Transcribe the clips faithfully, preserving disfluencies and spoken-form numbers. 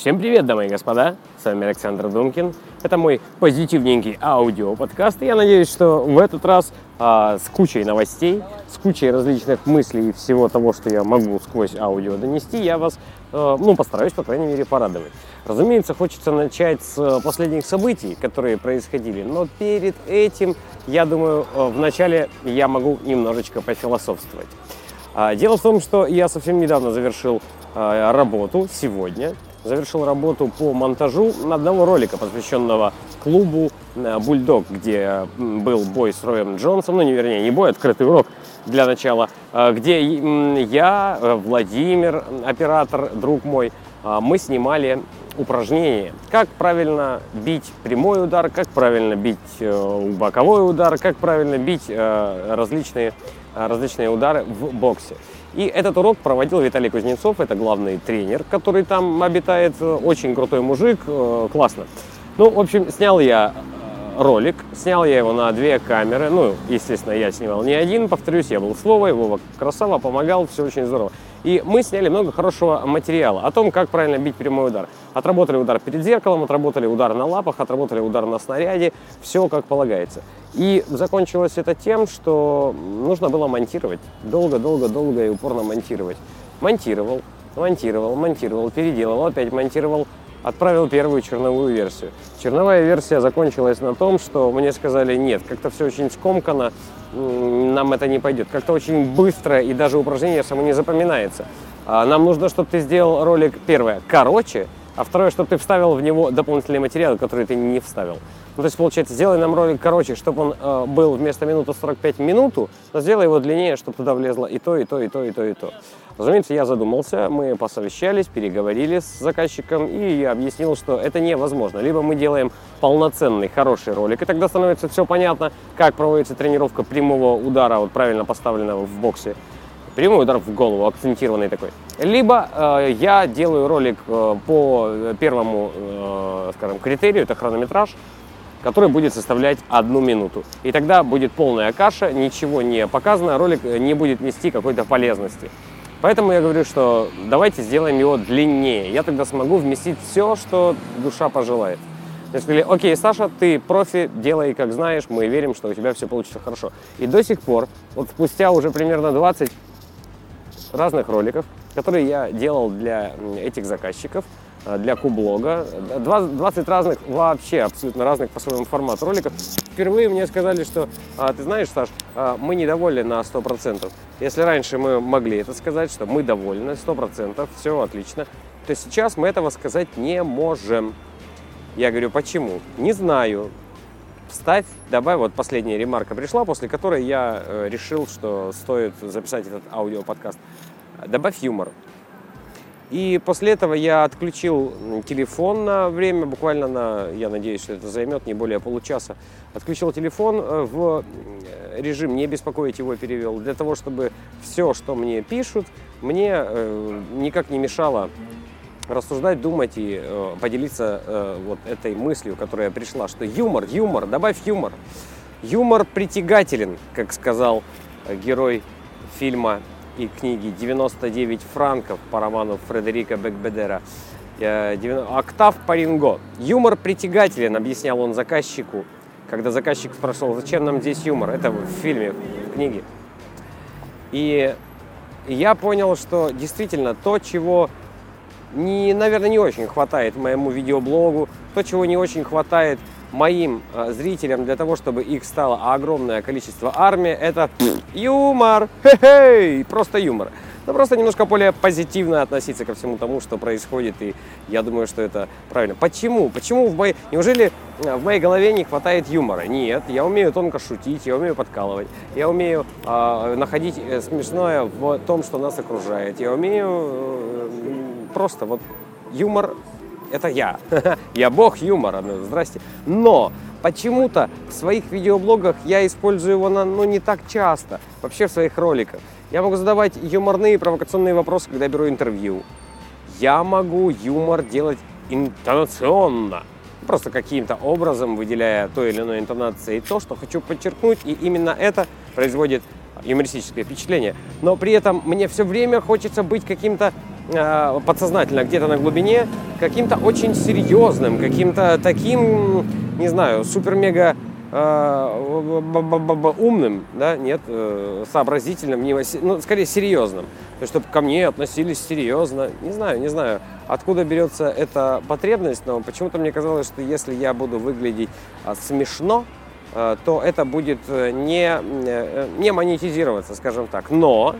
Всем привет, дамы и господа, с вами Александр Думкин. Это мой позитивненький аудиоподкаст. И я надеюсь, что в этот раз а, с кучей новостей, с кучей различных мыслей и всего того, что я могу сквозь аудио донести, я вас, а, ну, постараюсь, по крайней мере, порадовать. Разумеется, хочется начать с последних событий, которые происходили, но перед этим, я думаю, вначале я могу немножечко пофилософствовать. А, дело в том, что я совсем недавно завершил а, работу, сегодня, завершил работу по монтажу одного ролика, посвященного клубу «Бульдог», где был бой с Роем Джонсом, ну, не вернее, не бой, открытый урок для начала, где я, Владимир, оператор, друг мой, мы снимали упражнения, как правильно бить прямой удар, как правильно бить боковой удар, как правильно бить различные, различные удары в боксе. И этот урок проводил Виталий Кузнецов, это главный тренер, который там обитает, очень крутой мужик, классно. Ну, в общем, снял я ролик, снял я его на две камеры, ну, естественно, я снимал не один, повторюсь, я был с Вовой, Вова красава, помогал, все очень здорово. И мы сняли много хорошего материала о том, как правильно бить прямой удар. Отработали удар перед зеркалом, отработали удар на лапах, отработали удар на снаряде, все как полагается. И закончилось это тем, что нужно было монтировать, долго-долго-долго и упорно монтировать. Монтировал, монтировал, монтировал, переделал, опять монтировал. Отправил первую черновую версию. Черновая версия закончилась на том, что мне сказали: нет, как-то все очень скомкано, нам это не пойдет. Как-то очень быстро, и даже упражнение само не запоминается. Нам нужно, чтобы ты сделал ролик, первое, короче, а второе, чтобы ты вставил в него дополнительные материалы, которые ты не вставил. Ну, то есть, получается, сделай нам ролик короче, чтобы он э, был вместо минуты сорок пять минуту, но сделай его длиннее, чтобы туда влезло и то, и то, и то, и то, и то. Разумеется, я задумался, мы посовещались, переговорили с заказчиком, и я объяснил, что это невозможно. Либо мы делаем полноценный, хороший ролик, и тогда становится все понятно, как проводится тренировка прямого удара, вот правильно поставленного в боксе. Прямой удар в голову, акцентированный такой. Либо э, я делаю ролик э, по первому, э, скажем, критерию, это хронометраж, который будет составлять одну минуту. И тогда будет полная каша, ничего не показано, ролик не будет нести какой-то полезности. Поэтому я говорю, что давайте сделаем его длиннее. Я тогда смогу вместить все, что душа пожелает. То есть сказали: окей, Саша, ты профи, делай как знаешь, мы верим, что у тебя все получится хорошо. И до сих пор, вот спустя уже примерно двадцать разных роликов, которые я делал для этих заказчиков, для Кублога, двадцать разных, вообще абсолютно разных по своему формату роликов. Впервые мне сказали, что а, ты знаешь, Саш, а, мы недовольны на сто процентов. Если раньше мы могли это сказать, что мы довольны сто процентов, все отлично, то сейчас мы этого сказать не можем. Я говорю: почему? Не знаю. Вставь, добавь, вот последняя ремарка пришла, после которой я э, решил, что стоит записать этот аудиоподкаст. Добавь юмор. И после этого я отключил телефон на время, буквально на, я надеюсь, что это займет не более получаса. Отключил телефон, в режим «не беспокоить» его перевел, для того, чтобы все, что мне пишут, мне э, никак не мешало рассуждать, думать и э, поделиться э, вот этой мыслью, которая пришла, что юмор, юмор, добавь юмор. Юмор притягателен, как сказал э, герой фильма и книги «девяносто девять франков» по роману Фредерика Бекбедера. «Октав Паринго». Юмор притягателен, объяснял он заказчику, когда заказчик спрашивал: зачем нам здесь юмор? Это в фильме, в книге. И я понял, что действительно то, чего, не, наверное, не очень хватает моему видеоблогу, то, чего не очень хватает моим э, зрителям для того, чтобы их стало огромное количество, армия, это юмор, хе-хей, просто юмор. Но просто немножко более позитивно относиться ко всему тому, что происходит, и я думаю, что это правильно. Почему? Почему в моей... Неужели в моей голове не хватает юмора? Нет, я умею тонко шутить, я умею подкалывать, я умею э, находить смешное в том, что нас окружает, я умею э, просто вот юмор. Это я. Я бог юмора. Ну, здрасте. Но почему-то в своих видеоблогах я использую его на, ну, не так часто. Вообще в своих роликах. Я могу задавать юморные провокационные вопросы, когда беру интервью. Я могу юмор делать интонационно. Просто каким-то образом выделяя той или иной интонацией то, что хочу подчеркнуть. И именно это производит юмористическое впечатление, но при этом мне все время хочется быть каким-то э, подсознательно, где-то на глубине, каким-то очень серьезным, каким-то таким, не знаю, супер-мега э, умным, да, нет, э, сообразительным, не, ну, скорее серьезным, то есть, чтобы ко мне относились серьезно, не знаю, не знаю, откуда берется эта потребность, но почему-то мне казалось, что если я буду выглядеть э, смешно, то это будет не, не монетизироваться, скажем так. Но,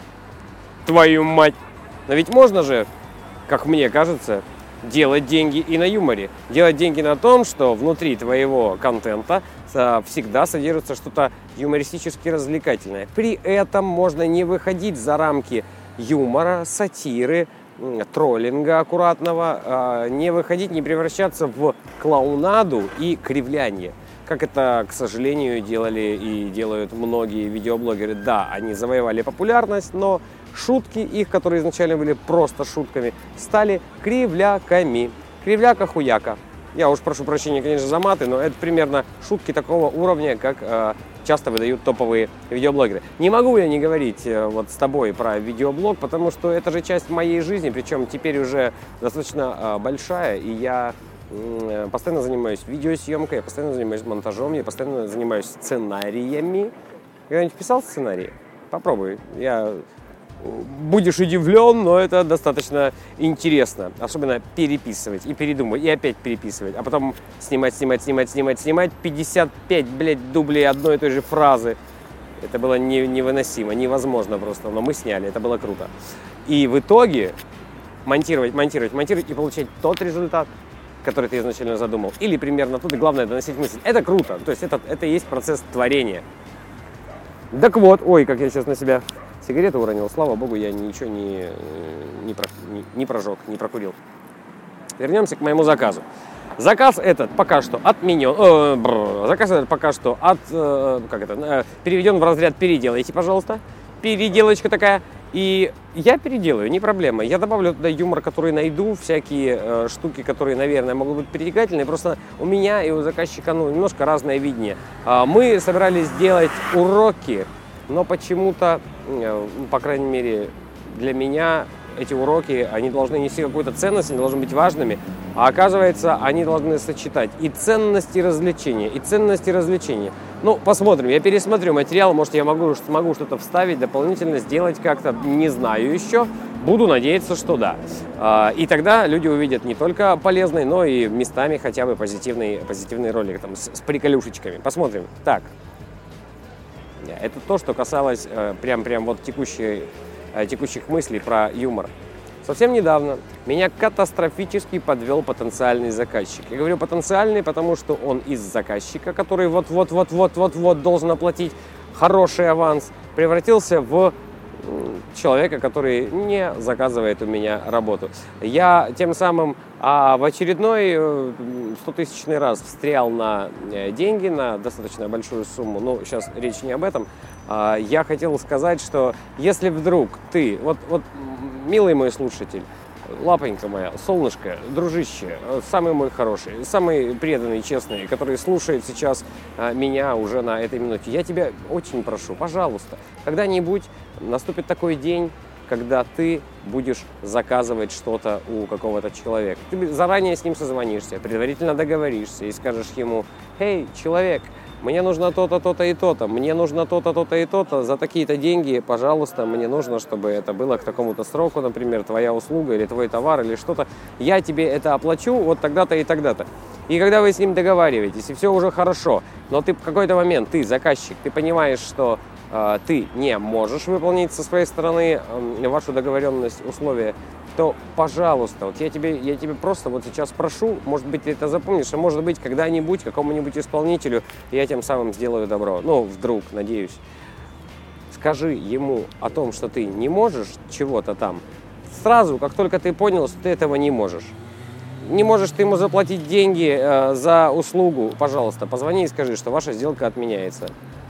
твою мать, но ведь можно же, как мне кажется, делать деньги и на юморе. Делать деньги на том, что внутри твоего контента всегда содержится что-то юмористически развлекательное. При этом можно не выходить за рамки юмора, сатиры, троллинга аккуратного, не выходить, не превращаться в клоунаду и кривляние. Как это, к сожалению, делали и делают многие видеоблогеры. Да, они завоевали популярность, но шутки их, которые изначально были просто шутками, стали кривляками. Кривляка-хуяка. Я уж прошу прощения, конечно, за маты, но это примерно шутки такого уровня, как э, часто выдают топовые видеоблогеры. Не могу я не говорить э, вот с тобой про видеоблог, потому что это же часть моей жизни, причем теперь уже достаточно э, большая, и я постоянно занимаюсь видеосъемкой, я постоянно занимаюсь монтажом, я постоянно занимаюсь сценариями. Когда-нибудь писал сценарии? Попробуй. Я... Будешь удивлен, но это достаточно интересно. Особенно переписывать и передумывать, и опять переписывать. А потом снимать, снимать, снимать, снимать, снимать. пятьдесят пять, блядь, дублей одной и той же фразы. Это было не, невыносимо, невозможно просто. Но мы сняли, это было круто. И в итоге монтировать, монтировать, монтировать и получать тот результат, который ты изначально задумал, или примерно тут, и главное доносить мысль. Это круто, то есть это, это и есть процесс творения. Так вот, ой, как я сейчас на себя сигарету уронил, слава богу, я ничего не, не, про, не, не прожег, не прокурил. Вернемся к моему заказу. Заказ этот пока что отменен, э, бррр, заказ этот пока что от, э, как это, э, переведен в разряд «переделайте, пожалуйста». Переделочка такая. И я переделаю, не проблема. Я добавлю туда юмор, который найду, всякие э, штуки, которые, наверное, могут быть притягательные. Просто у меня и у заказчика ну, немножко разное видение. А, мы собирались сделать уроки, но почему-то, э, по крайней мере, для меня эти уроки, они должны нести какую-то ценность, они должны быть важными. А оказывается, они должны сочетать и ценности, и развлечения, и ценности, и развлечения. Ну, посмотрим, я пересмотрю материал, может, я могу, смогу что-то вставить дополнительно, сделать как-то, не знаю еще. Буду надеяться, что да. И тогда люди увидят не только полезный, но и местами хотя бы позитивный, позитивный ролик там, с, с приколюшечками. Посмотрим. Так, это то, что касалось прям-прям вот текущей, текущих мыслей про юмор. Совсем недавно меня катастрофически подвел потенциальный заказчик. Я говорю потенциальный, потому что он из заказчика, который вот-вот-вот-вот-вот-вот должен оплатить хороший аванс, превратился в человека, который не заказывает у меня работу. Я тем самым а в очередной стотысячный раз встрял на деньги, на достаточно большую сумму. Ну, сейчас речь не об этом. Я хотел сказать, что если вдруг ты, вот, вот милый мой слушатель, лапонька моя, солнышко, дружище, самый мой хороший, самый преданный, честный, который слушает сейчас меня уже на этой минуте, я тебя очень прошу, пожалуйста, когда-нибудь наступит такой день, когда ты будешь заказывать что-то у какого-то человека. Ты заранее с ним созвонишься, предварительно договоришься и скажешь ему: «Эй, человек, мне нужно то-то, то-то и то-то, мне нужно то-то, то-то и то-то, за такие-то деньги, пожалуйста, мне нужно, чтобы это было к такому-то сроку, например, твоя услуга или твой товар или что-то, я тебе это оплачу вот тогда-то и тогда-то». И когда вы с ним договариваетесь, и все уже хорошо, но ты в какой-то момент, ты заказчик, ты понимаешь, что э, ты не можешь выполнить со своей стороны э, вашу договоренность, условия, то, пожалуйста, вот я тебе, я тебе просто вот сейчас прошу, может быть, ты это запомнишь, а может быть, когда-нибудь какому-нибудь исполнителю я тем самым сделаю добро. Ну, вдруг, надеюсь. Скажи ему о том, что ты не можешь чего-то там, сразу, как только ты понял, что ты этого не можешь. Не можешь ты ему заплатить деньги э, за услугу, пожалуйста, позвони и скажи, что ваша сделка отменяется.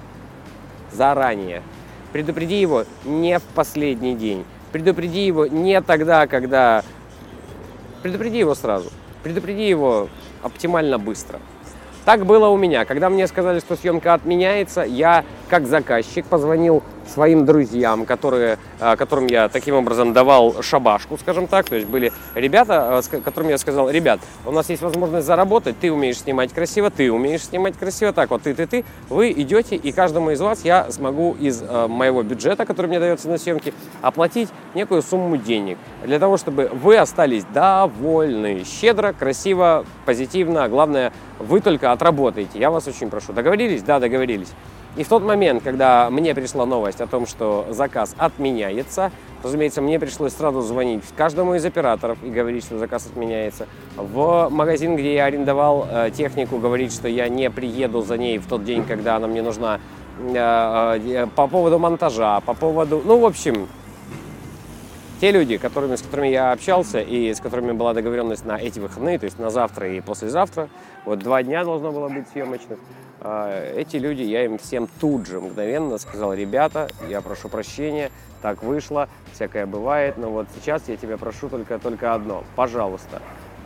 Заранее. Предупреди его не в последний день. Предупреди его не тогда, когда... Предупреди его сразу. Предупреди его оптимально быстро. Так было у меня. Когда мне сказали, что съемка отменяется, я как заказчик, позвонил своим друзьям, которые, которым я таким образом давал шабашку, скажем так. То есть были ребята, которым я сказал: ребят, у нас есть возможность заработать, ты умеешь снимать красиво, ты умеешь снимать красиво, так вот ты, ты, ты, вы идете, и каждому из вас я смогу из моего бюджета, который мне дается на съемки, оплатить некую сумму денег, для того, чтобы вы остались довольны, щедро, красиво, позитивно, а главное, вы только отработаете. Я вас очень прошу. Договорились? Да, договорились. И в тот момент, когда мне пришла новость о том, что заказ отменяется, разумеется, мне пришлось сразу звонить каждому из операторов и говорить, что заказ отменяется. В магазин, где я арендовал э, технику, говорить, что я не приеду за ней в тот день, когда она мне нужна, э, э, по поводу монтажа, по поводу... Ну, в общем, те люди, которыми, с которыми я общался и с которыми была договоренность на эти выходные, то есть на завтра и послезавтра, вот два дня должно было быть съемочных, эти люди, я им всем тут же мгновенно сказал: ребята, я прошу прощения, так вышло, всякое бывает, но вот сейчас я тебя прошу только, только одно, пожалуйста,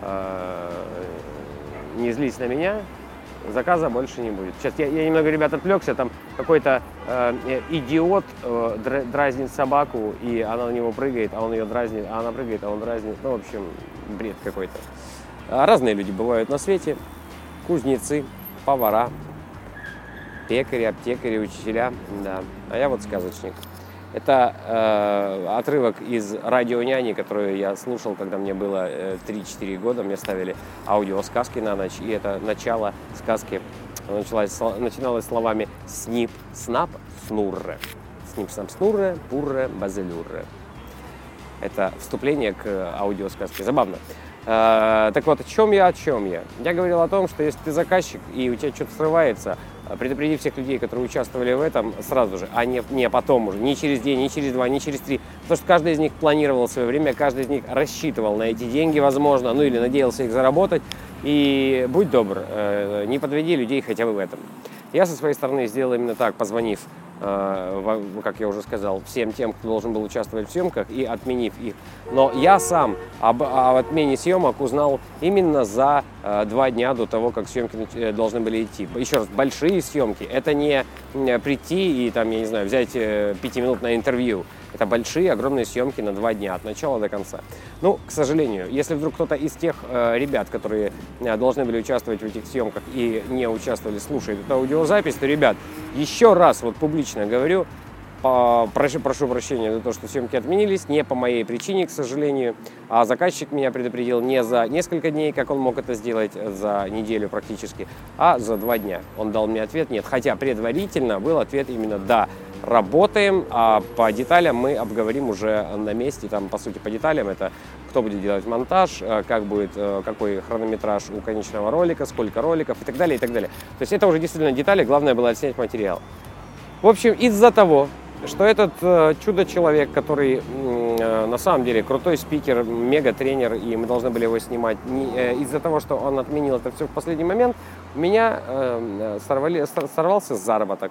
не злись на меня, заказа больше не будет. Сейчас я, я немного, ребят, отвлекся, там какой-то э, идиот э, дразнит собаку, и она на него прыгает, а он ее дразнит, а она прыгает, а он дразнит, ну, в общем, бред какой-то. Разные люди бывают на свете, кузнецы, повара, пекари, аптекари, учителя, да, а я вот сказочник. Это э, отрывок из «Радио Няни», которую я слушал, когда мне было э, три-четыре года. Мне ставили аудиосказки на ночь, и это начало сказки началось, начиналось словами «Снип, снап, снурре». «Снип, снап, снурре, пурре, базелюрре». Это вступление к аудиосказке. Забавно. Э, так вот, о чем я, о чем я? Я говорил о том, что если ты заказчик, и у тебя что-то срывается, предупреди всех людей, которые участвовали в этом, сразу же, а не, не потом уже, не через день, не через два, не через три. Потому что каждый из них планировал свое время, каждый из них рассчитывал на эти деньги, возможно, ну или надеялся их заработать. И будь добр, не подведи людей хотя бы в этом. Я со своей стороны сделал именно так, позвонив, как я уже сказал, всем тем, кто должен был участвовать в съемках, и отменив их. Но я сам об, об отмене съемок узнал именно за два дня до того, как съемки должны были идти. Еще раз, большие съемки — это не прийти и, там, я не знаю, взять пятиминутное интервью. Это большие, огромные съемки на два дня, от начала до конца. Ну, к сожалению, если вдруг кто-то из тех э, ребят, которые э, должны были участвовать в этих съемках и не участвовали, слушает эту аудиозапись, то, ребят, еще раз вот публично говорю, по, прошу, прошу прощения за то, что съемки отменились, не по моей причине, к сожалению, а заказчик меня предупредил не за несколько дней, как он мог это сделать, за неделю практически, а за два дня. Он дал мне ответ «нет», хотя предварительно был ответ именно «да». Работаем, а по деталям мы обговорим уже на месте. Там, по сути, по деталям это кто будет делать монтаж, как будет, какой хронометраж у конечного ролика, сколько роликов и так далее, и так далее. То есть это уже действительно детали, главное было отснять материал. В общем, из-за того, что этот чудо-человек, который на самом деле крутой спикер, мега-тренер, и мы должны были его снимать, из-за того, что он отменил это все в последний момент, у меня сорвали, сорвался заработок.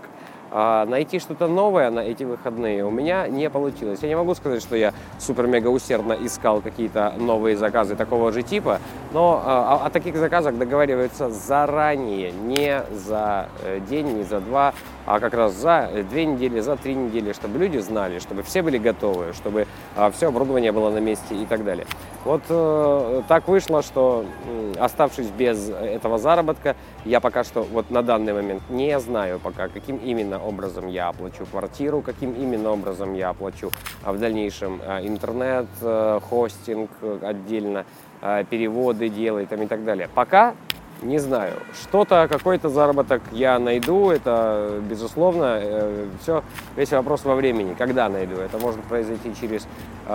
А найти что-то новое на эти выходные у меня не получилось. Я не могу сказать, что я супер-мега усердно искал какие-то новые заказы такого же типа, но а, о таких заказах договариваются заранее, не за день, не за два, а как раз за две недели, за три недели, чтобы люди знали, чтобы все были готовы, чтобы а, все оборудование было на месте и так далее. Вот э, так вышло, что э, оставшись без этого заработка, я пока что вот на данный момент не знаю пока, каким именно образом я оплачу квартиру, каким именно образом я оплачу а в дальнейшем а, интернет, а, хостинг отдельно, а, переводы делать там, и так далее. Пока не знаю. Что-то, какой-то заработок я найду, это безусловно, э, все, весь вопрос во времени, когда найду. Это может произойти через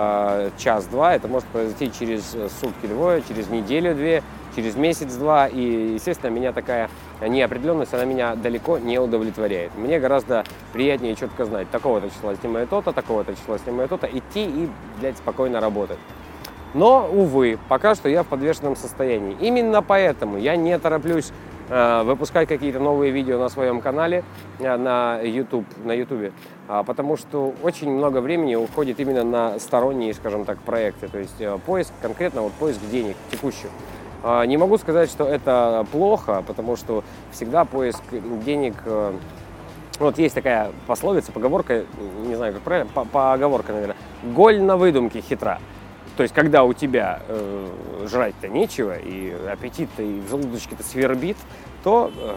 э, час-два, это может произойти через сутки-двое, через неделю-две, через месяц-два. И, естественно, меня такая неопределенность, она меня далеко не удовлетворяет. Мне гораздо приятнее четко знать, такого-то числа снимаю то-то, такого-то числа снимаю то-то, идти и, блядь, спокойно работать. Но, увы, пока что я в подвешенном состоянии. Именно поэтому я не тороплюсь э, выпускать какие-то новые видео на своем канале, э, на YouTube, на YouTube, э, потому что очень много времени уходит именно на сторонние, скажем так, проекты. То есть э, поиск, конкретно вот поиск денег текущих. Э, не могу сказать, что это плохо, потому что всегда поиск денег... Э, Вот есть такая пословица, поговорка, не знаю, как правильно, поговорка, наверное. Голь на выдумке хитра. То есть, когда у тебя э, жрать-то нечего, и аппетит-то, и в желудочке-то свербит, то э,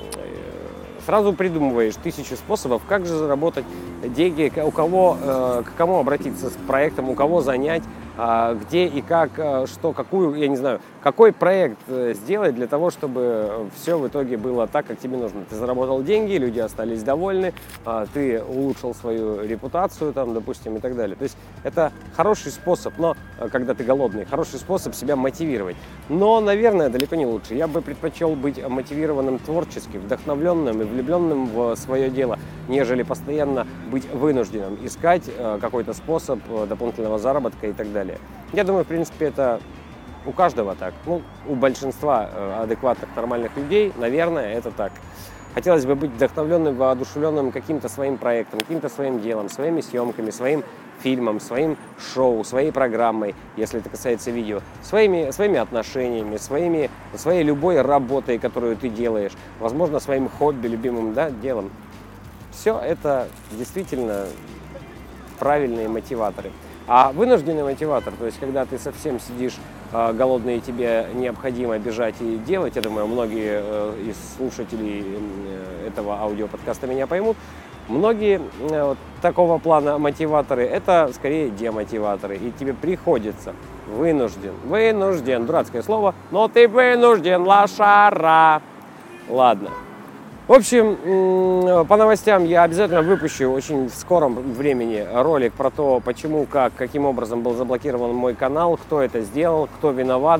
сразу придумываешь тысячу способов, как же заработать деньги, у кого, э, к кому обратиться с проектом, у кого занять, э, где и как, э, что, какую, я не знаю, какой проект сделать для того, чтобы все в итоге было так, как тебе нужно. Ты заработал деньги, люди остались довольны, э, ты улучшил свою репутацию, там, допустим, и так далее. То есть это хороший способ, но когда ты голодный, хороший способ себя мотивировать. Но, наверное, далеко не лучше. Я бы предпочел быть мотивированным творчески, вдохновленным и влюбленным в свое дело, нежели постоянно быть вынужденным искать какой-то способ дополнительного заработка и так далее. Я думаю, в принципе, это у каждого так. Ну, у большинства адекватных, нормальных людей, наверное, это так. Хотелось бы быть вдохновленным, воодушевленным каким-то своим проектом, каким-то своим делом, своими съемками, своим фильмом, своим шоу, своей программой, если это касается видео, своими, своими отношениями, своими, своей любой работой, которую ты делаешь, возможно, своим хобби, любимым, да, делом. Все это действительно правильные мотиваторы. А вынужденный мотиватор, то есть когда ты совсем сидишь э, голодный и тебе необходимо бежать и делать, я думаю, многие э, из слушателей э, этого аудиоподкаста меня поймут, многие э, вот такого плана мотиваторы, это скорее демотиваторы, и тебе приходится вынужден, вынужден, дурацкое слово, но ты вынужден, лошара. Ладно. В общем, по новостям я обязательно выпущу очень в скором времени ролик про то, почему, как, каким образом был заблокирован мой канал, кто это сделал, кто виноват,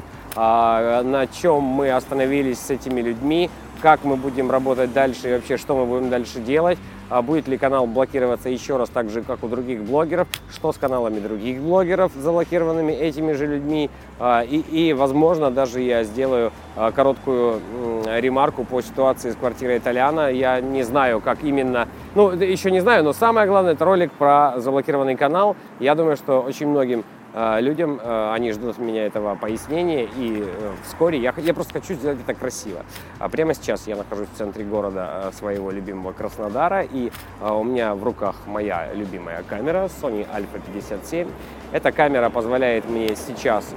на чем мы остановились с этими людьми, как мы будем работать дальше и вообще, что мы будем дальше делать, будет ли канал блокироваться еще раз так же, как у других блогеров, что с каналами других блогеров, заблокированными этими же людьми, и, и возможно, даже я сделаю короткую ремарку по ситуации с квартирой Толяна. Я не знаю, как именно, ну, еще не знаю, но самое главное, это ролик про заблокированный канал. Я думаю, что очень многим людям, они ждут от меня этого пояснения, и вскоре я, я просто хочу сделать это красиво. А прямо сейчас я нахожусь в центре города своего любимого Краснодара, и у меня в руках моя любимая камера Sony Alpha пятьдесят семь. Эта камера позволяет мне сейчас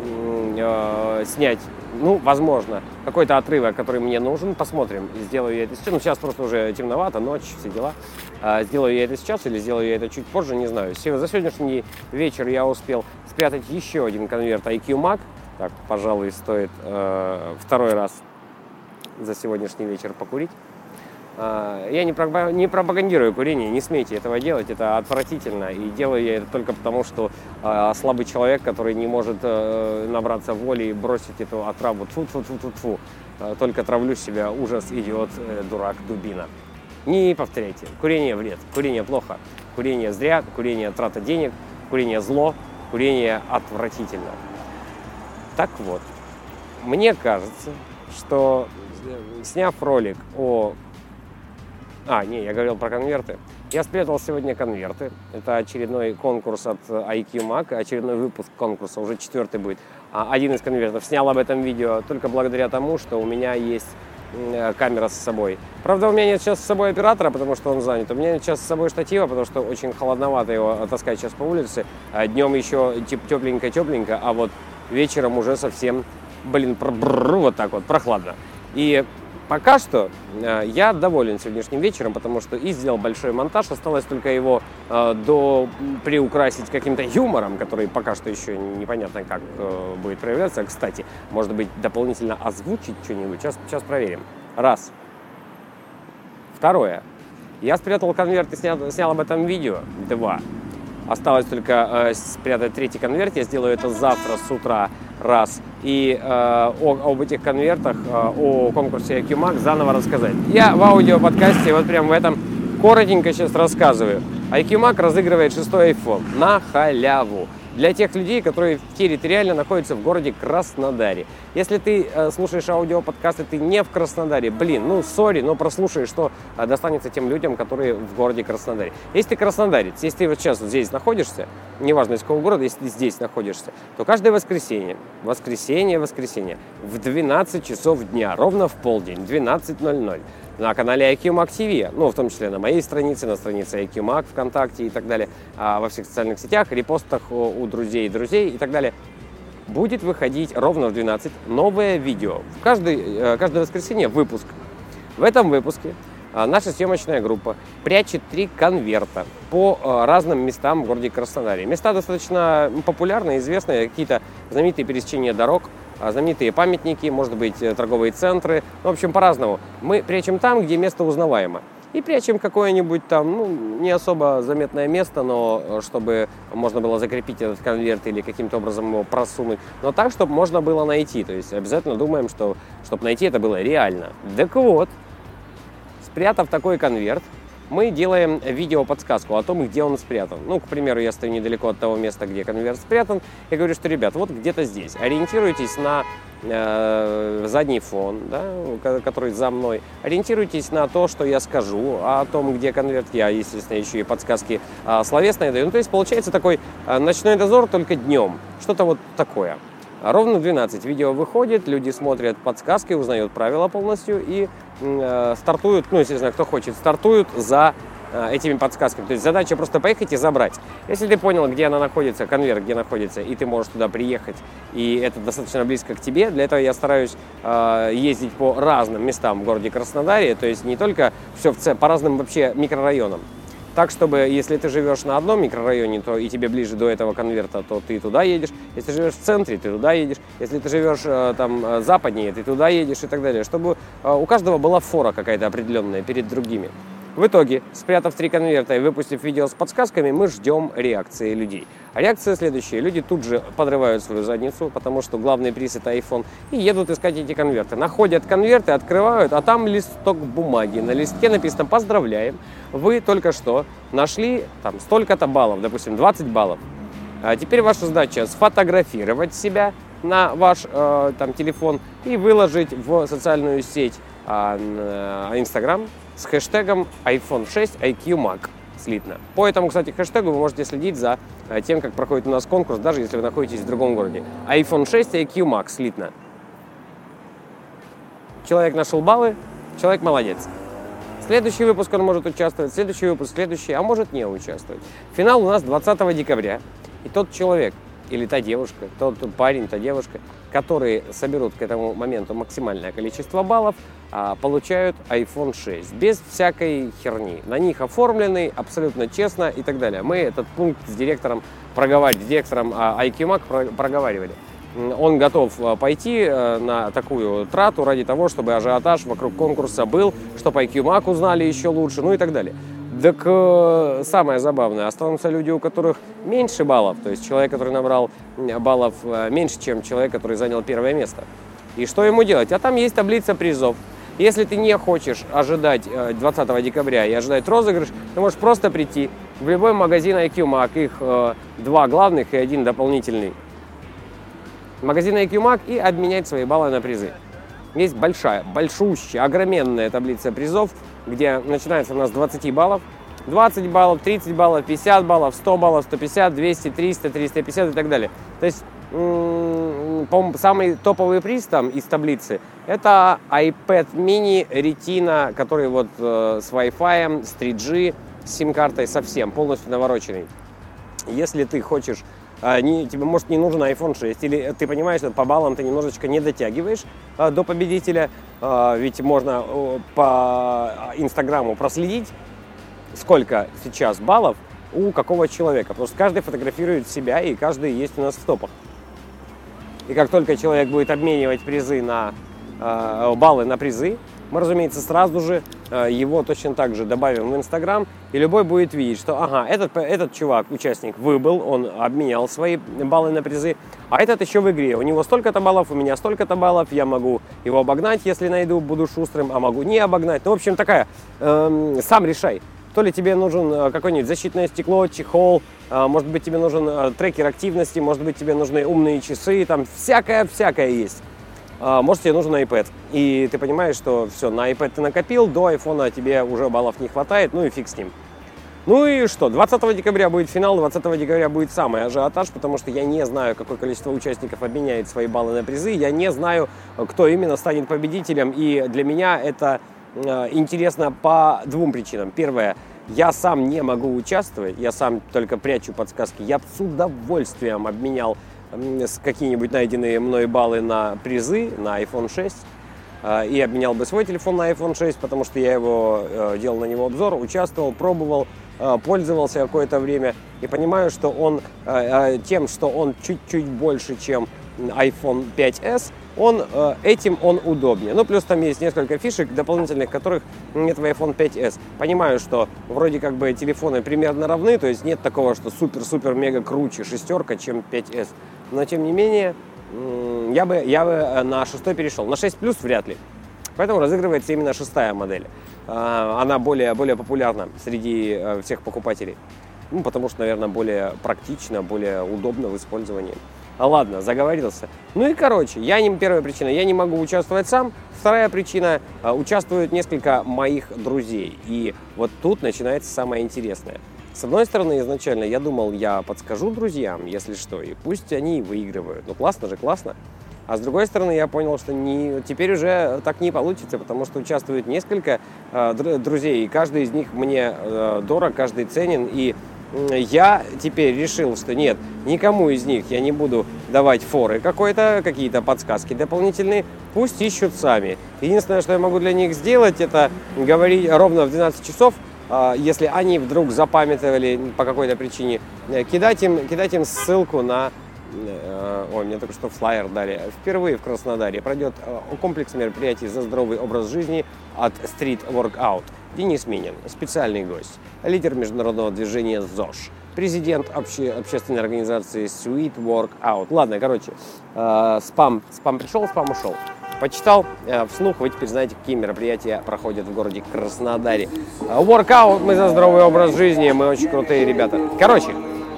э, снять, ну, возможно, какой-то отрывок, который мне нужен. Посмотрим, сделаю я это сейчас. Ну, сейчас просто уже темновато, ночь, все дела. Сделаю я это сейчас или сделаю я это чуть позже, не знаю. За сегодняшний вечер я успел спрятать еще один конверт ай кью Mac. Так, пожалуй, стоит э, второй раз за сегодняшний вечер покурить. Э, я не, пропаг... не пропагандирую курение, не смейте этого делать, это отвратительно. И делаю я это только потому, что э, слабый человек, который не может э, набраться воли и бросить эту отраву. Тьфу-тьфу-тьфу-тьфу. Э, только травлю себя, ужас, идиот, э, дурак, дубина. Не повторяйте. Курение вред, курение плохо, курение зря, курение трата денег, курение зло, курение отвратительно. Так вот, мне кажется, что сняв ролик о... А, не, я говорил про конверты. Я спрятал сегодня конверты. Это очередной конкурс от ай кью Mac, очередной выпуск конкурса, уже четвертый будет. Один из конвертов. Снял об этом видео только благодаря тому, что у меня есть камера с собой. Правда, у меня нет сейчас с собой оператора, потому что он занят. У меня нет сейчас с собой штатива, потому что очень холодновато его таскать сейчас по улице. Днем еще тепленько-тепленько, а вот вечером уже совсем, блин, вот так вот, прохладно. И пока что я доволен сегодняшним вечером, потому что и сделал большой монтаж, осталось только его э, до приукрасить каким-то юмором, который пока что еще непонятно как э, будет проявляться. Кстати, может быть, дополнительно озвучить что-нибудь. Сейчас, сейчас проверим. Раз. Второе. Я спрятал конверт и снял, снял об этом видео. Два. Осталось только э, спрятать третий конверт. Я сделаю это завтра с утра. Раз. И э, о, об этих конвертах, э, о конкурсе ай кью Mac заново рассказать. Я в аудиоподкасте вот прям в этом коротенько сейчас рассказываю. ай кью Mac разыгрывает шестой iPhone на халяву. для тех людей, которые территориально находятся в городе Краснодаре. Если ты э, слушаешь аудиоподкасты, ты не в Краснодаре, блин, ну, сори, но прослушаешь, что э, достанется тем людям, которые в городе Краснодаре. Если ты краснодарец, если ты вот сейчас вот здесь находишься, неважно из какого города, если ты здесь находишься, то каждое воскресенье, воскресенье, воскресенье, в двенадцать часов дня, ровно в полдень, двенадцать ноль ноль, на канале ай кью Mac ти ви, ну, в том числе на моей странице, на странице ай кью Mac, ВКонтакте и так далее, а во всех социальных сетях, репостах у друзей и друзей и так далее, будет выходить ровно в двенадцать новое видео. В каждый, каждое воскресенье выпуск. В этом выпуске наша съемочная группа прячет три конверта по разным местам в городе Краснодаре. Места достаточно популярные, известные, какие-то знаменитые пересечения дорог, знаменитые памятники, может быть, торговые центры. В общем, по-разному. Мы прячем там, где место узнаваемо. И прячем какое-нибудь там, ну, не особо заметное место, но чтобы можно было закрепить этот конверт или каким-то образом его просунуть. Но так, чтобы можно было найти. То есть обязательно думаем, что чтобы найти это было реально. Так вот, спрятав такой конверт, мы делаем видео-подсказку о том, где он спрятан. Ну, к примеру, я стою недалеко от того места, где конверт спрятан, и говорю, что, ребят, вот где-то здесь. Ориентируйтесь на э, задний фон, да, который за мной. Ориентируйтесь на то, что я скажу о том, где конверт. Я, естественно, еще и подсказки э, словесные даю. Ну, то есть, получается такой э, ночной дозор, только днем. Что-то вот такое. Ровно в двенадцать видео выходит, люди смотрят подсказки, узнают правила полностью и э, стартуют, ну, естественно, кто хочет, стартуют за э, этими подсказками. То есть задача просто поехать и забрать. Если ты понял, где она находится, конверт где находится, и ты можешь туда приехать, и это достаточно близко к тебе, для этого я стараюсь э, ездить по разным местам в городе Краснодаре, то есть не только все в ц... по разным вообще микрорайонам. Так, чтобы, если ты живешь на одном микрорайоне, то и тебе ближе до этого конверта, то ты туда едешь. Если ты живешь в центре, ты туда едешь. Если ты живешь там западнее, ты туда едешь и так далее. Чтобы у каждого была фора какая-то определенная перед другими. В итоге, спрятав три конверта и выпустив видео с подсказками, мы ждем реакции людей. А реакция следующая. Люди тут же подрывают свою задницу, потому что главный приз — это iPhone, и едут искать эти конверты. Находят конверты, открывают, а там листок бумаги. На листке написано: «Поздравляем, вы только что нашли там столько-то баллов, допустим, двадцать баллов. А теперь ваша задача сфотографировать себя на ваш э, там, телефон и выложить в социальную сеть э, Instagram с хэштегом айфон шесть ай кью Mac слитно. По этому, кстати, хэштегу вы можете следить за тем, как проходит у нас конкурс, даже если вы находитесь в другом городе. айфон шесть ай кью Mac слитно. Человек нашел баллы, человек молодец. Следующий выпуск он может участвовать, следующий выпуск, следующий, а может не участвовать. Финал у нас двадцатого декабря. И тот человек, или та девушка, тот парень, та девушка, которые соберут к этому моменту максимальное количество баллов, получают айфон шесть. Без всякой херни. На них оформленный, абсолютно честно и так далее. Мы этот пункт с директором проговаривали, с директором ай кью Mac проговаривали. Он готов пойти на такую трату ради того, чтобы ажиотаж вокруг конкурса был, чтобы ай кью Mac узнали еще лучше, ну и так далее. Так э, самое забавное, останутся люди, у которых меньше баллов, то есть человек, который набрал баллов меньше, чем человек, который занял первое место. И что ему делать? А там есть таблица призов. Если ты не хочешь ожидать двадцатого декабря и ожидать розыгрыш, ты можешь просто прийти в любой магазин ай кью Mac, их э, два главных и один дополнительный. Магазин ай кью Mac и обменять свои баллы на призы. Есть большая, большущая, огроменная таблица призов, где начинается у нас с двадцати баллов, двадцать баллов, тридцать баллов, пятьдесят баллов, сто баллов, сто пятьдесят, двести, триста, триста пятьдесят и так далее. То есть, по-моему, самый топовый приз там из таблицы — это iPad mini Retina, который вот э, с Wi-Fi, с три джи, с сим-картой совсем, полностью навороченный. Если ты хочешь, э, не, тебе, может, не нужен айфон шесть, или ты понимаешь, что по баллам ты немножечко не дотягиваешь э, до победителя, э, ведь можно э, по Инстаграму проследить, сколько сейчас баллов у какого человека. Потому что каждый фотографирует себя, и каждый есть у нас в топах. И как только человек будет обменивать призы на э, баллы на призы, мы, разумеется, сразу же э, его точно так же добавим в Инстаграм, и любой будет видеть, что ага, этот, этот чувак, участник, выбыл, он обменял свои баллы на призы, а этот еще в игре. У него столько-то баллов, у меня столько-то баллов, я могу его обогнать, если найду, буду шустрым, а могу не обогнать. Ну, в общем, такая, э, сам решай. То ли тебе нужен какое-нибудь защитное стекло, чехол, может быть, тебе нужен трекер активности, может быть, тебе нужны умные часы, там всякое-всякое есть. Может, тебе нужен iPad, и ты понимаешь, что все, на iPad ты накопил, до айфона тебе уже баллов не хватает, ну и фиг с ним. Ну и что, двадцатого декабря будет финал, двадцатого декабря будет самый ажиотаж, потому что я не знаю, какое количество участников обменяет свои баллы на призы, я не знаю, кто именно станет победителем, и для меня это э, интересно по двум причинам. Первое, я сам не могу участвовать, я сам только прячу подсказки, я с удовольствием обменял э, какие-нибудь найденные мной баллы на призы, на айфон шесть, э, и обменял бы свой телефон на айфон шесть, потому что я его э, делал на него обзор, участвовал, пробовал, пользовался какое-то время и понимаю, что он тем, что он чуть-чуть больше, чем айфон пять эс, он, этим он удобнее. Ну, плюс там есть несколько фишек дополнительных, которых нет в айфон пять эс. Понимаю, что вроде как бы телефоны примерно равны, то есть нет такого, что супер-супер-мега круче шестерка, чем пять эс. Но, тем не менее, я бы, я бы на шестой перешел. На шесть плюс вряд ли. Поэтому разыгрывается именно шестая модель. Она более, более популярна среди всех покупателей. Ну, потому что, наверное, более практично, более удобно в использовании. А ладно, заговорился. Ну и, короче, я не, первая причина, я не могу участвовать сам. Вторая причина, участвуют несколько моих друзей. И вот тут начинается самое интересное. С одной стороны, изначально я думал, я подскажу друзьям, если что, и пусть они выигрывают. Ну, классно же, классно. А с другой стороны, я понял, что не, теперь уже так не получится, потому что участвует несколько э, друзей, и каждый из них мне э, дорог, каждый ценен. И э, я теперь решил, что нет, никому из них я не буду давать форы какой-то, какие-то подсказки дополнительные, пусть ищут сами. Единственное, что я могу для них сделать, это говорить ровно в двенадцать часов, э, если они вдруг запамятовали по какой-то причине, э, кидать им, кидать им ссылку на... Ой, мне только что флаер дали. Впервые в Краснодаре пройдет комплекс мероприятий за здоровый образ жизни от Street Workout. Денис Минин, специальный гость, лидер международного движения ЗОЖ, президент обще, общественной организации Sweet Workout. Ладно, короче, э, спам, спам пришел, спам ушел. Почитал э, вслух, вы теперь знаете, какие мероприятия проходят в городе Краснодаре. Workout, мы за здоровый образ жизни, мы очень крутые ребята. Короче,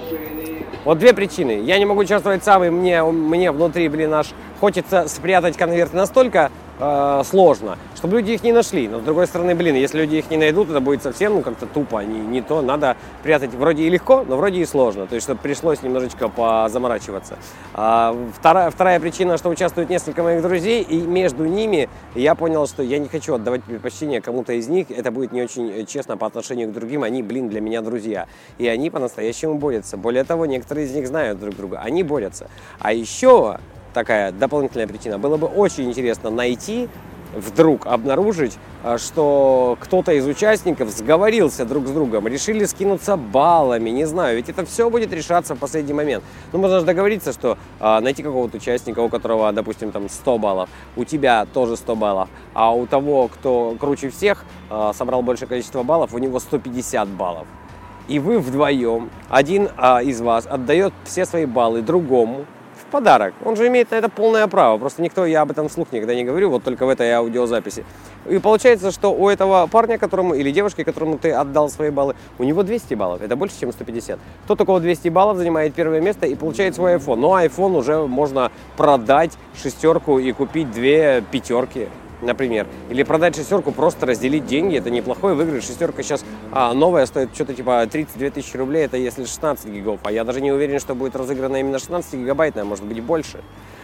вот две причины. Я не могу участвовать сам, и мне, мне внутри, блин, аж хочется спрятать конверты настолько э, сложно, чтобы люди их не нашли. Но с другой стороны, блин, если люди их не найдут, это будет совсем ну, как-то тупо, не, не то. Надо прятать вроде и легко, но вроде и сложно. То есть, чтобы пришлось немножечко позаморачиваться. А, вторая, вторая причина, что участвуют несколько моих друзей, и между ними я понял, что я не хочу отдавать предпочтение кому-то из них. Это будет не очень честно по отношению к другим. Они, блин, для меня друзья. И они по-настоящему борются. Более того, некоторые из них знают друг друга. Они борются. А еще... такая дополнительная причина. Было бы очень интересно найти, вдруг обнаружить, что кто-то из участников сговорился друг с другом, решили скинуться баллами, не знаю, ведь это все будет решаться в последний момент. Ну, можно же договориться, что а, найти какого-то участника, у которого, допустим, там сто баллов, у тебя тоже сто баллов, а у того, кто круче всех, а, собрал большее количество баллов, у него сто пятьдесят баллов. И вы вдвоем, один а, из вас отдает все свои баллы другому, подарок. Он же имеет на это полное право. Просто никто, я об этом вслух никогда не говорю, вот только в этой аудиозаписи. И получается, что у этого парня, которому, или девушки, которому ты отдал свои баллы, у него двести баллов. Это больше, чем сто пятьдесят. Тот, у кого двести баллов, занимает первое место и получает свой iPhone. Но iPhone уже можно продать шестерку и купить две пятерки, например. Или продать шестерку, просто разделить деньги. Это неплохой выигрыш. Шестерка сейчас а, новая стоит что-то типа тридцать две тысячи рублей. Это если шестнадцать гигов. А я даже не уверен, что будет разыграна именно шестнадцать гигабайтная, может быть больше.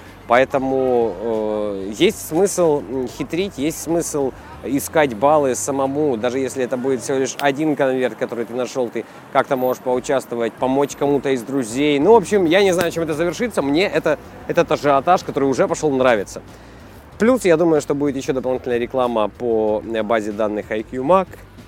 Поэтому э, есть смысл хитрить, есть смысл искать баллы самому. Даже если это будет всего лишь один конверт, который ты нашел, ты как-то можешь поучаствовать, помочь кому-то из друзей. Ну, в общем, я не знаю, чем это завершится. Мне это, этот ажиотаж, который уже пошел, нравится. Плюс, я думаю, что будет еще дополнительная реклама по базе данных ай кью Mac,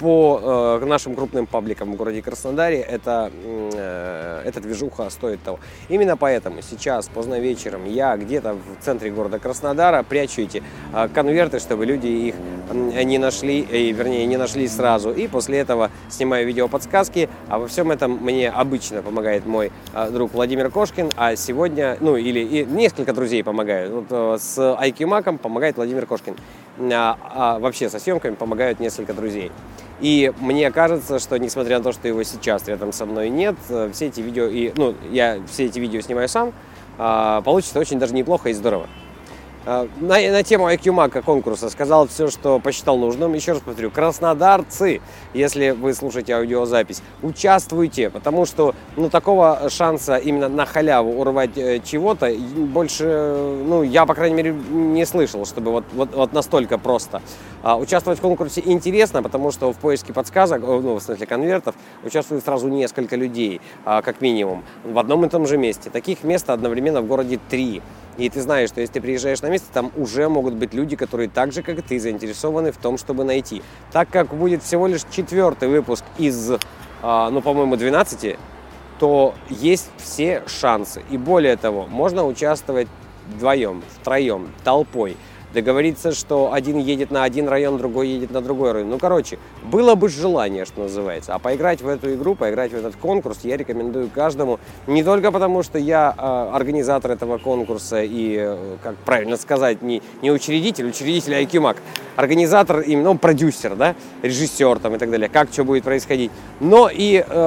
по э, нашим крупным пабликам в городе Краснодаре. Это, э, эта движуха стоит того. Именно поэтому сейчас, поздно вечером, я где-то в центре города Краснодара прячу эти э, конверты, чтобы люди их э, не нашли, э, вернее, не нашли сразу. И после этого снимаю видеоподсказки. А во всем этом мне обычно помогает мой э, друг Владимир Кошкин. А сегодня, ну или и несколько друзей помогают. Вот, э, с ай кью Mac помогает Владимир Кошкин. а, а вообще со съемками помогают несколько друзей. И мне кажется, что несмотря на то, что его сейчас рядом со мной нет, все эти видео, и, ну, я все эти видео снимаю сам, а, получится очень даже неплохо и здорово. На, на тему ай кью Mac конкурса сказал все, что посчитал нужным. Еще раз повторю, краснодарцы, если вы слушаете аудиозапись, участвуйте, потому что ну, такого шанса именно на халяву урвать э, чего-то больше, ну, я, по крайней мере, не слышал, чтобы вот, вот, вот настолько просто. А, участвовать в конкурсе интересно, потому что в поиске подсказок, ну, в смысле конвертов, участвует сразу несколько людей, а, как минимум, в одном и том же месте. Таких мест одновременно в городе три. И ты знаешь, что если ты приезжаешь на место, там уже могут быть люди, которые так же, как и ты, заинтересованы в том, чтобы найти. Так как будет всего лишь четвертый выпуск из, ну, по-моему, двенадцати, то есть все шансы. И более того, можно участвовать вдвоем, втроем, толпой. Договориться, что один едет на один район, другой едет на другой район. Ну, короче, было бы желание, что называется. А поиграть в эту игру, поиграть в этот конкурс я рекомендую каждому. Не только потому, что я э, организатор этого конкурса и, э, как правильно сказать, не, не учредитель, учредитель ай кью Mac. Организатор, именно ну, продюсер, да, режиссер там и так далее. Как что будет происходить. Но и э,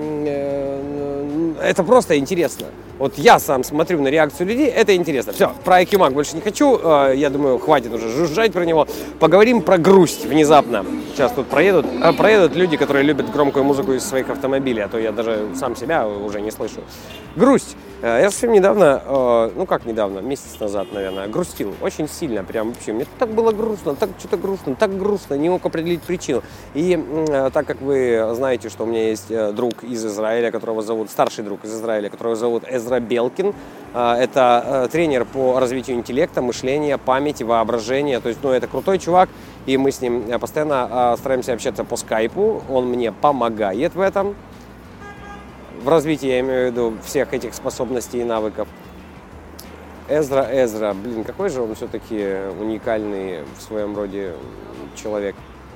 э, это просто интересно. Вот я сам смотрю на реакцию людей, это интересно. Все, про ай кью Mac больше не хочу. Я думаю, хватит уже жужжать про него. Поговорим про грусть внезапно. Сейчас тут проедут, проедут люди, которые любят громкую музыку из своих автомобилей, а то я даже сам себя уже не слышу. Грусть. Я совсем недавно, ну как недавно, месяц назад, наверное, грустил. Очень сильно, прям вообще. Мне так было грустно, так что-то грустно, так грустно, не мог определить причину. И так как вы знаете, что у меня есть друг из Израиля, которого зовут, старший друг из Израиля, которого зовут Эзра Белкин. Это тренер по развитию интеллекта, мышления, памяти, воображения. То есть, ну, это крутой чувак, и мы с ним постоянно стараемся общаться по скайпу. Он мне помогает в этом. В развитии, я имею в виду, всех этих способностей и навыков. Эзра, Эзра, блин, какой же он все-таки уникальный в своем роде человек.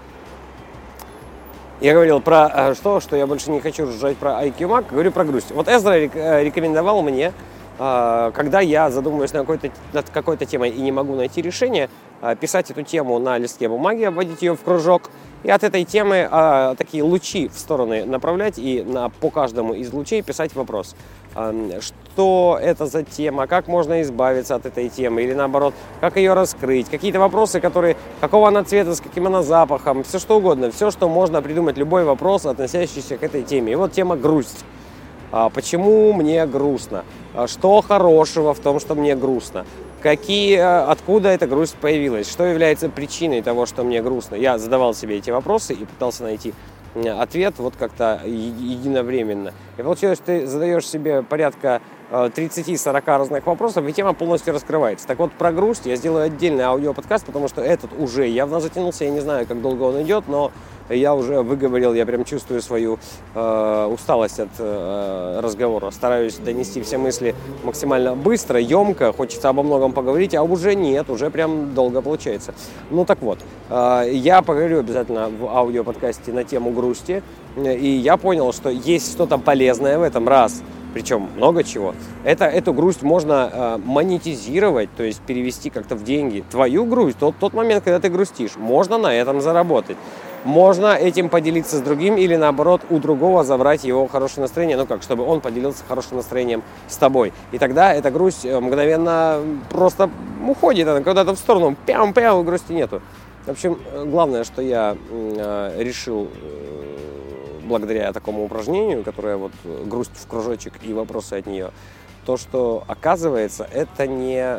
Я говорил про что, что я больше не хочу жужжать про ай кью Mac, говорю про грусть. Вот Эзра рекомендовал мне, когда я задумываюсь над какой-то, над какой-то темой и не могу найти решение, писать эту тему на листке бумаги, обводить ее в кружок, и от этой темы а, такие лучи в стороны направлять и на, по каждому из лучей писать вопрос. А, что это за тема, как можно избавиться от этой темы, или наоборот, как ее раскрыть, какие-то вопросы, которые, какого она цвета, с каким она запахом, все что угодно, все, что можно придумать, любой вопрос, относящийся к этой теме. И вот тема грусть. А, почему мне грустно? А, что хорошего в том, что мне грустно? Какие, откуда эта грусть появилась? Что является причиной того, что мне грустно? Я задавал себе эти вопросы и пытался найти ответ вот как-то единовременно. И получилось, что ты задаешь себе порядка тридцать-сорок разных вопросов, и тема полностью раскрывается. Так вот, про грусть я сделаю отдельный аудиоподкаст, потому что этот уже явно затянулся. Я не знаю, как долго он идет, но я уже выговорил, я прям чувствую свою э, усталость от э, разговора. Стараюсь донести все мысли максимально быстро, емко. Хочется обо многом поговорить, а уже нет, уже прям долго получается. Ну так вот, э, я поговорю обязательно в аудиоподкасте на тему грусти. И я понял, что есть что-то полезное в этом, раз. Причем много чего. Это, эту грусть можно э, монетизировать, то есть перевести как-то в деньги. Твою грусть, тот, тот момент, когда ты грустишь, можно на этом заработать. Можно этим поделиться с другим или, наоборот, у другого забрать его хорошее настроение. Ну как, чтобы он поделился хорошим настроением с тобой. И тогда эта грусть мгновенно просто уходит, она куда-то в сторону. Пям-пям, грусти нету. В общем, главное, что я э, решил э, благодаря такому упражнению, которое вот грусть в кружочек и вопросы от нее, то, что оказывается, это не,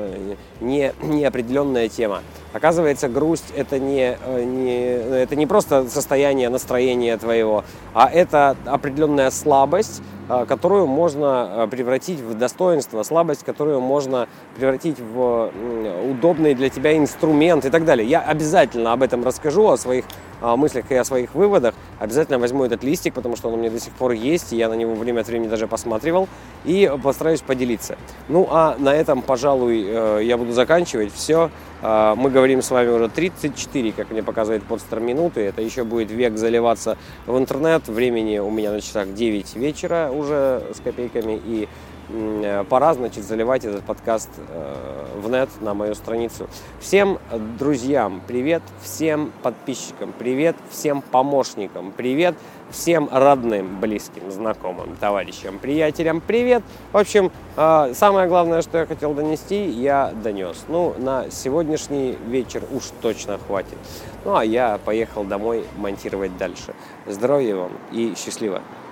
не, не определенная тема. Оказывается, грусть это не, не, это не просто состояние настроения твоего, а это определенная слабость, которую можно превратить в достоинство, слабость, которую можно превратить в удобный для тебя инструмент и так далее. Я обязательно об этом расскажу, о своих мыслях и о своих выводах. Обязательно возьму этот листик, потому что он у меня до сих пор есть, и я на него время от времени даже посматривал, и постараюсь поделиться. Ну, а на этом, пожалуй, я буду заканчивать. Все. Мы говорим с вами уже тридцать четыре, как мне показывает подстер минуты. Это еще будет век заливаться в интернет. Времени у меня на часах девять вечера уже с копейками. И пора, значит, заливать этот подкаст в нет, на мою страницу. Всем друзьям привет, всем подписчикам привет, всем помощникам привет, всем родным, близким, знакомым, товарищам, приятелям привет. В общем, самое главное, что я хотел донести, я донес. Ну, на сегодняшний вечер уж точно хватит. Ну, а я поехал домой монтировать дальше. Здоровья вам и счастливо!